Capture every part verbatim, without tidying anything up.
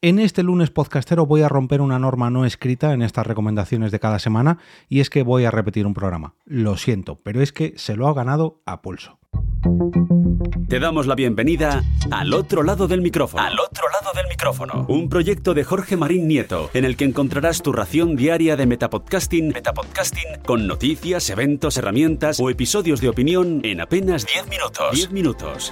En este lunes podcastero voy a romper una norma no escrita en estas recomendaciones de cada semana y es que voy a repetir un programa. Lo siento, pero es que se lo ha ganado a pulso. Te damos la bienvenida al otro lado del micrófono. Al otro lado del micrófono. Un proyecto de Jorge Marín Nieto, en el que encontrarás tu ración diaria de metapodcasting, metapodcasting con noticias, eventos, herramientas o episodios de opinión en apenas diez minutos. diez minutos.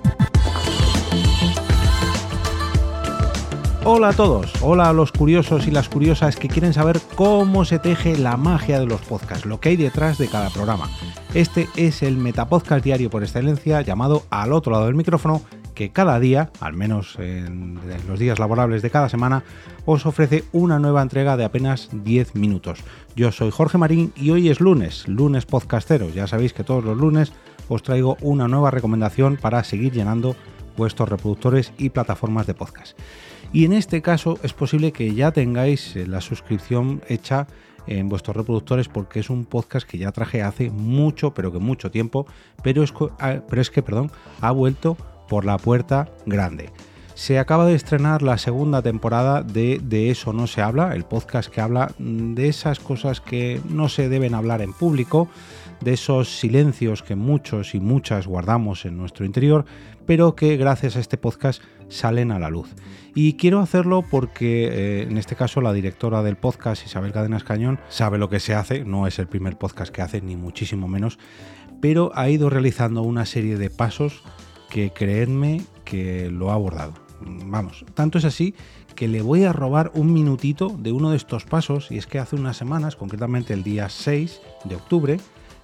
Hola a todos, hola a los curiosos y las curiosas que quieren saber cómo se teje la magia de los podcasts, lo que hay detrás de cada programa. Este es el Metapodcast diario por excelencia llamado Al otro lado del micrófono, que cada día, al menos en los días laborables de cada semana, os ofrece una nueva entrega de apenas diez minutos. Yo soy Jorge Marín y hoy es lunes, lunes podcastero. Ya sabéis que todos los lunes os traigo una nueva recomendación para seguir llenando vuestros reproductores y plataformas de podcast. Y en este caso es posible que ya tengáis la suscripción hecha en vuestros reproductores porque es un podcast que ya traje hace mucho, pero que mucho tiempo, pero es, pero es que perdón, ha vuelto por la puerta grande. Se acaba de estrenar la segunda temporada de De eso no se habla, el podcast que habla de esas cosas que no se deben hablar en público, de esos silencios que muchos y muchas guardamos en nuestro interior, pero que gracias a este podcast salen a la luz. Y quiero hacerlo porque eh, en este caso la directora del podcast, Isabel Cadenas Cañón, sabe lo que se hace, no es el primer podcast que hace, ni muchísimo menos, pero ha ido realizando una serie de pasos que creedme que lo ha abordado. Vamos, tanto es así que le voy a robar un minutito de uno de estos pasos, y es que hace unas semanas, concretamente el día seis de octubre,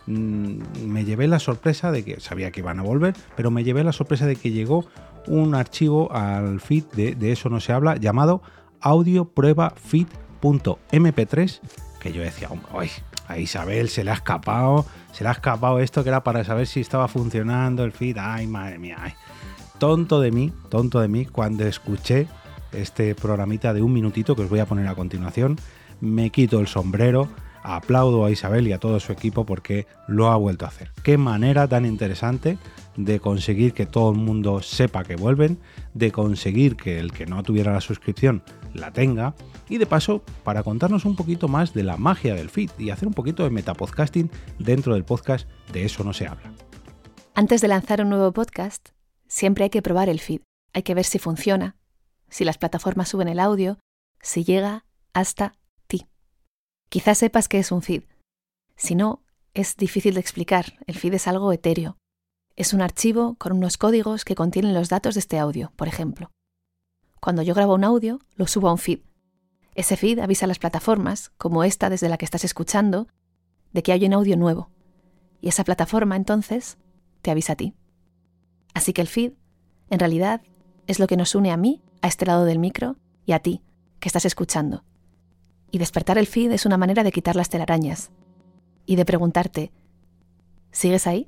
me llevé la sorpresa de que, sabía que iban a volver, pero me llevé la sorpresa de que llegó un archivo al feed de, de Eso No Se Habla llamado audiopruebafeed punto eme pe tres, que yo decía, uy, a Isabel se le ha escapado, se le ha escapado esto que era para saber si estaba funcionando el feed, ay madre mía, ay. Tonto de mí, tonto de mí, cuando escuché este programita de un minutito que os voy a poner a continuación, me quito el sombrero, aplaudo a Isabel y a todo su equipo porque lo ha vuelto a hacer. Qué manera tan interesante de conseguir que todo el mundo sepa que vuelven, de conseguir que el que no tuviera la suscripción la tenga y de paso para contarnos un poquito más de la magia del feed y hacer un poquito de metapodcasting dentro del podcast De Eso No Se Habla. Antes de lanzar un nuevo podcast, siempre hay que probar el feed. Hay que ver si funciona, si las plataformas suben el audio, si llega hasta ti. Quizás sepas qué es un feed. Si no, es difícil de explicar. El feed es algo etéreo. Es un archivo con unos códigos que contienen los datos de este audio, por ejemplo. Cuando yo grabo un audio, lo subo a un feed. Ese feed avisa a las plataformas, como esta desde la que estás escuchando, de que hay un audio nuevo. Y esa plataforma, entonces, te avisa a ti. Así que el feed, en realidad, es lo que nos une a mí, a este lado del micro, y a ti, que estás escuchando. Y despertar el feed es una manera de quitar las telarañas y de preguntarte, ¿sigues ahí?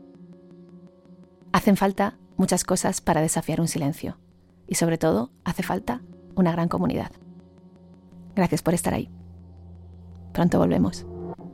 Hacen falta muchas cosas para desafiar un silencio. Y sobre todo, hace falta una gran comunidad. Gracias por estar ahí. Pronto volvemos.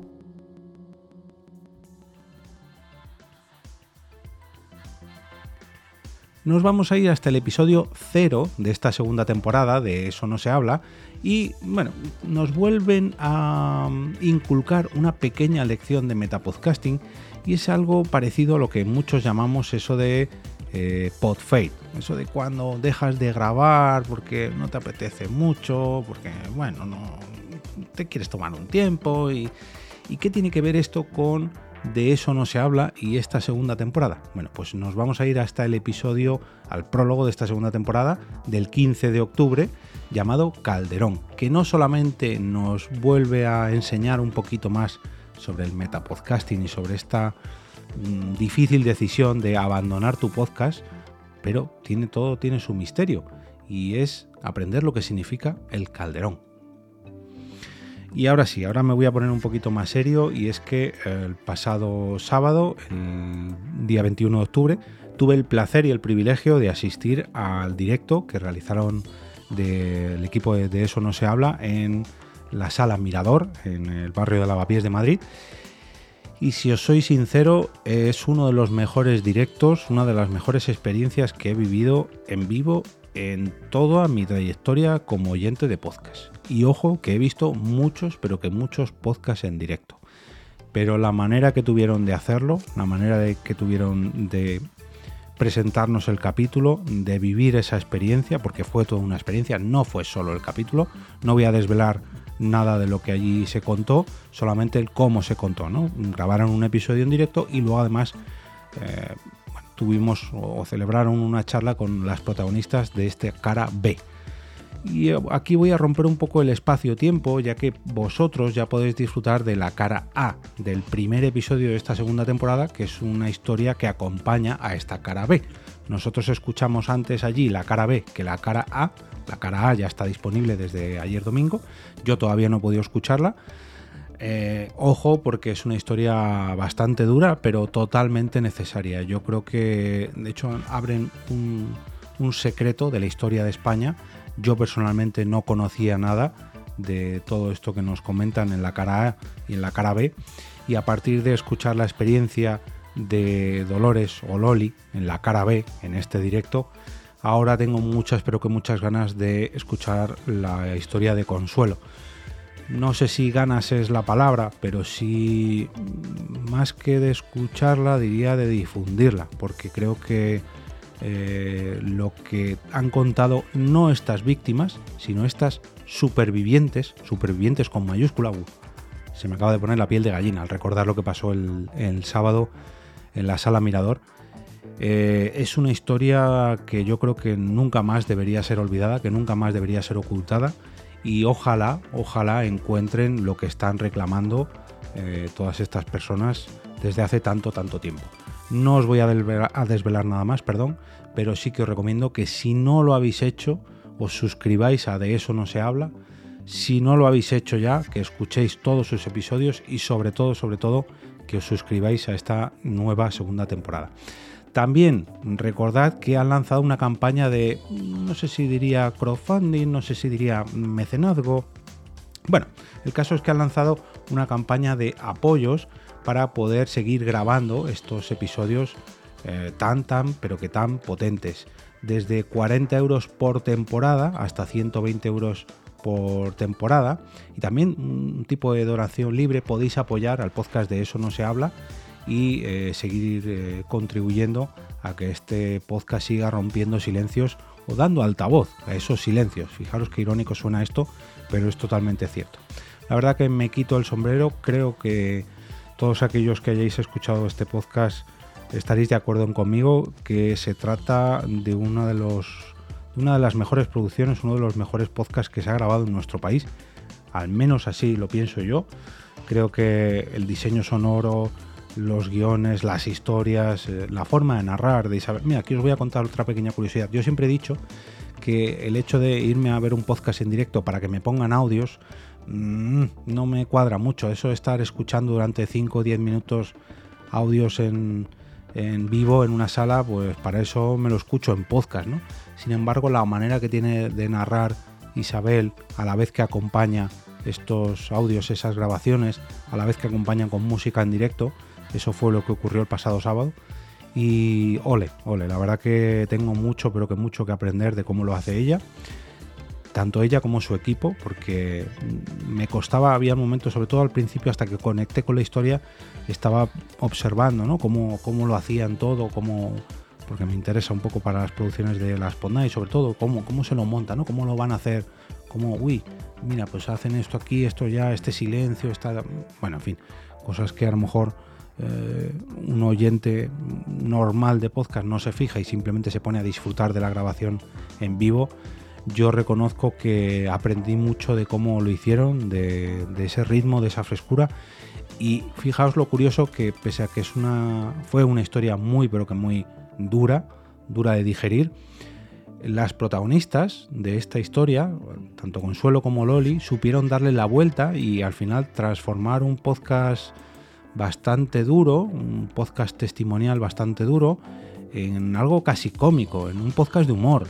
Nos vamos a ir hasta el episodio cero de esta segunda temporada de Eso No Se Habla y, bueno, nos vuelven a inculcar una pequeña lección de metapodcasting y es algo parecido a lo que muchos llamamos eso de eh, podfade, eso de cuando dejas de grabar porque no te apetece mucho, porque, bueno, no te quieres tomar un tiempo y, y ¿qué tiene que ver esto con De Eso No Se Habla y esta segunda temporada? Bueno, pues nos vamos a ir hasta el episodio, al prólogo de esta segunda temporada del quince de octubre, llamado Calderón, que no solamente nos vuelve a enseñar un poquito más sobre el metapodcasting y sobre esta mmm, difícil decisión de abandonar tu podcast, pero tiene todo tiene su misterio y es aprender lo que significa el Calderón. Y ahora sí, ahora me voy a poner un poquito más serio y es que el pasado sábado, el día veintiuno de octubre, tuve el placer y el privilegio de asistir al directo que realizaron del equipo de, de Eso No Se Habla en la Sala Mirador, en el barrio de Lavapiés de Madrid. Y si os soy sincero, es uno de los mejores directos, una de las mejores experiencias que he vivido en vivo en toda mi trayectoria como oyente de podcast. Y ojo que he visto muchos, pero que muchos podcasts en directo. Pero la manera que tuvieron de hacerlo, la manera de que tuvieron de presentarnos el capítulo, de vivir esa experiencia, porque fue toda una experiencia, no fue solo el capítulo, no voy a desvelar nada de lo que allí se contó, solamente el cómo se contó, ¿no? Grabaron un episodio en directo y luego además eh, bueno, tuvimos o celebraron una charla con las protagonistas de este Cara B. Y aquí voy a romper un poco el espacio-tiempo, ya que vosotros ya podéis disfrutar de la Cara A, del primer episodio de esta segunda temporada, que es una historia que acompaña a esta Cara B. Nosotros escuchamos antes allí la Cara B que la Cara A. La Cara A ya está disponible desde ayer domingo. Yo todavía no he podido escucharla. Eh, ojo, porque es una historia bastante dura, pero totalmente necesaria. Yo creo que, de hecho, abren un, un secreto de la historia de España. Yo personalmente no conocía nada de todo esto que nos comentan en la Cara A y en la Cara B. Y a partir de escuchar la experiencia de Dolores o Loli en la Cara B, en este directo, ahora tengo muchas, pero que muchas ganas de escuchar la historia de Consuelo. No sé si ganas es la palabra, pero sí, más que de escucharla, diría de difundirla, porque creo que eh, lo que han contado no estas víctimas, sino estas supervivientes, supervivientes con mayúscula, uh, se me acaba de poner la piel de gallina al recordar lo que pasó el, el sábado en la Sala Mirador. Eh, es una historia que yo creo que nunca más debería ser olvidada, que nunca más debería ser ocultada, y ojalá, ojalá encuentren lo que están reclamando eh, todas estas personas desde hace tanto, tanto tiempo. No os voy a desvelar, a desvelar nada más, perdón, pero sí que os recomiendo que si no lo habéis hecho, os suscribáis a De Eso No Se Habla. Si no lo habéis hecho ya, que escuchéis todos sus episodios y sobre todo, sobre todo, que os suscribáis a esta nueva segunda temporada. También recordad que han lanzado una campaña de, no sé si diría crowdfunding, no sé si diría mecenazgo. Bueno, el caso es que han lanzado una campaña de apoyos para poder seguir grabando estos episodios eh, tan, tan, pero que tan potentes. Desde cuarenta euros por temporada hasta ciento veinte euros por temporada. Y también un tipo de donación libre, podéis apoyar al podcast De Eso No Se Habla y eh, seguir eh, contribuyendo a que este podcast siga rompiendo silencios o dando altavoz a esos silencios. Fijaros qué irónico suena esto, pero es totalmente cierto. La verdad que me quito el sombrero. Creo que todos aquellos que hayáis escuchado este podcast estaréis de acuerdo conmigo que se trata de uno de los, una de las mejores producciones, uno de los mejores podcasts que se ha grabado en nuestro país. Al menos así lo pienso yo. Creo que el diseño sonoro, los guiones, las historias, eh, la forma de narrar, de Isabel. Mira, aquí os voy a contar otra pequeña curiosidad. Yo siempre he dicho que el hecho de irme a ver un podcast en directo para que me pongan audios mmm, no me cuadra mucho. Eso de estar escuchando durante cinco o diez minutos audios en, en vivo en una sala, pues para eso me lo escucho en podcast, ¿no? Sin embargo, la manera que tiene de narrar Isabel, a la vez que acompaña estos audios, esas grabaciones, a la vez que acompañan con música en directo, eso fue lo que ocurrió el pasado sábado. Y ole, ole, la verdad que tengo mucho, pero que mucho que aprender de cómo lo hace ella, tanto ella como su equipo, porque me costaba, había momentos, sobre todo al principio, hasta que conecté con la historia, estaba observando, ¿no? cómo, cómo lo hacían todo, cómo, porque me interesa un poco para las producciones de la Spotlight, y sobre todo cómo, cómo se lo montan, ¿no? Cómo lo van a hacer, cómo, uy, mira, pues hacen esto aquí, esto ya, este silencio, esta, bueno, en fin, cosas que a lo mejor eh, un oyente normal de podcast no se fija y simplemente se pone a disfrutar de la grabación en vivo. Yo reconozco que aprendí mucho de cómo lo hicieron, de, de ese ritmo, de esa frescura. Y fijaos lo curioso que, pese a que es una, fue una historia muy, pero que muy dura, dura de digerir, las protagonistas de esta historia, tanto Consuelo como Loli, supieron darle la vuelta y al final transformar un podcast bastante duro, un podcast testimonial bastante duro, en algo casi cómico, en un podcast de humor.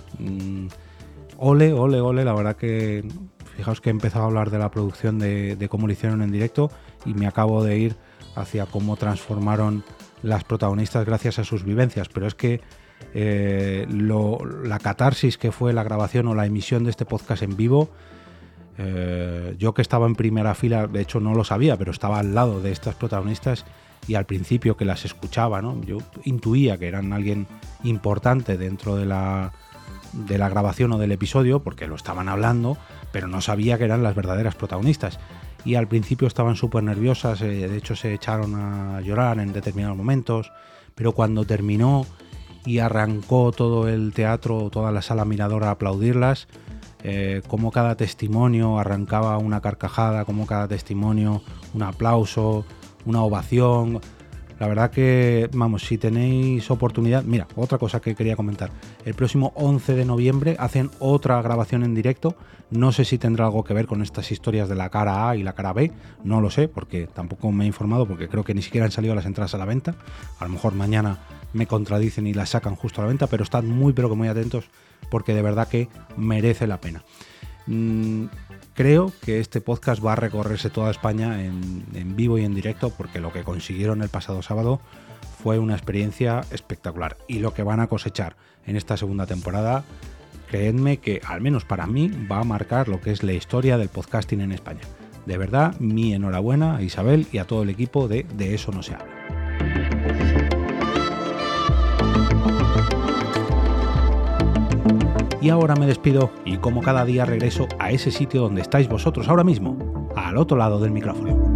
Ole, ole, ole, la verdad que fijaos que he empezado a hablar de la producción, de, de cómo lo hicieron en directo, y me acabo de ir hacia cómo transformaron las protagonistas gracias a sus vivencias, pero es que eh, lo, la catarsis que fue la grabación o la emisión de este podcast en vivo. Eh, yo que estaba en primera fila, de hecho no lo sabía, pero estaba al lado de estas protagonistas y al principio que las escuchaba, ¿no? Yo intuía que eran alguien importante dentro de la, de la grabación o del episodio, porque lo estaban hablando, pero no sabía que eran las verdaderas protagonistas. Y al principio estaban súper nerviosas, eh, de hecho se echaron a llorar en determinados momentos, pero cuando terminó y arrancó todo el teatro, toda la sala miradora a aplaudirlas, Eh, como cada testimonio arrancaba una carcajada, como cada testimonio un aplauso, una ovación. La verdad que, vamos, si tenéis oportunidad... Mira, otra cosa que quería comentar. El próximo once de noviembre hacen otra grabación en directo. No sé si tendrá algo que ver con estas historias de la cara A y la cara B. No lo sé, porque tampoco me he informado, porque creo que ni siquiera han salido las entradas a la venta. A lo mejor mañana me contradicen y las sacan justo a la venta, pero estad muy, pero que muy atentos, porque de verdad que merece la pena. Mm, creo que este podcast va a recorrerse toda España en, en vivo y en directo, porque lo que consiguieron el pasado sábado fue una experiencia espectacular. Y lo que van a cosechar en esta segunda temporada, creedme que al menos para mí va a marcar lo que es la historia del podcasting en España. De verdad, mi enhorabuena a Isabel y a todo el equipo de De Eso No Se Habla. Y ahora me despido y como cada día regreso a ese sitio donde estáis vosotros ahora mismo, al otro lado del micrófono.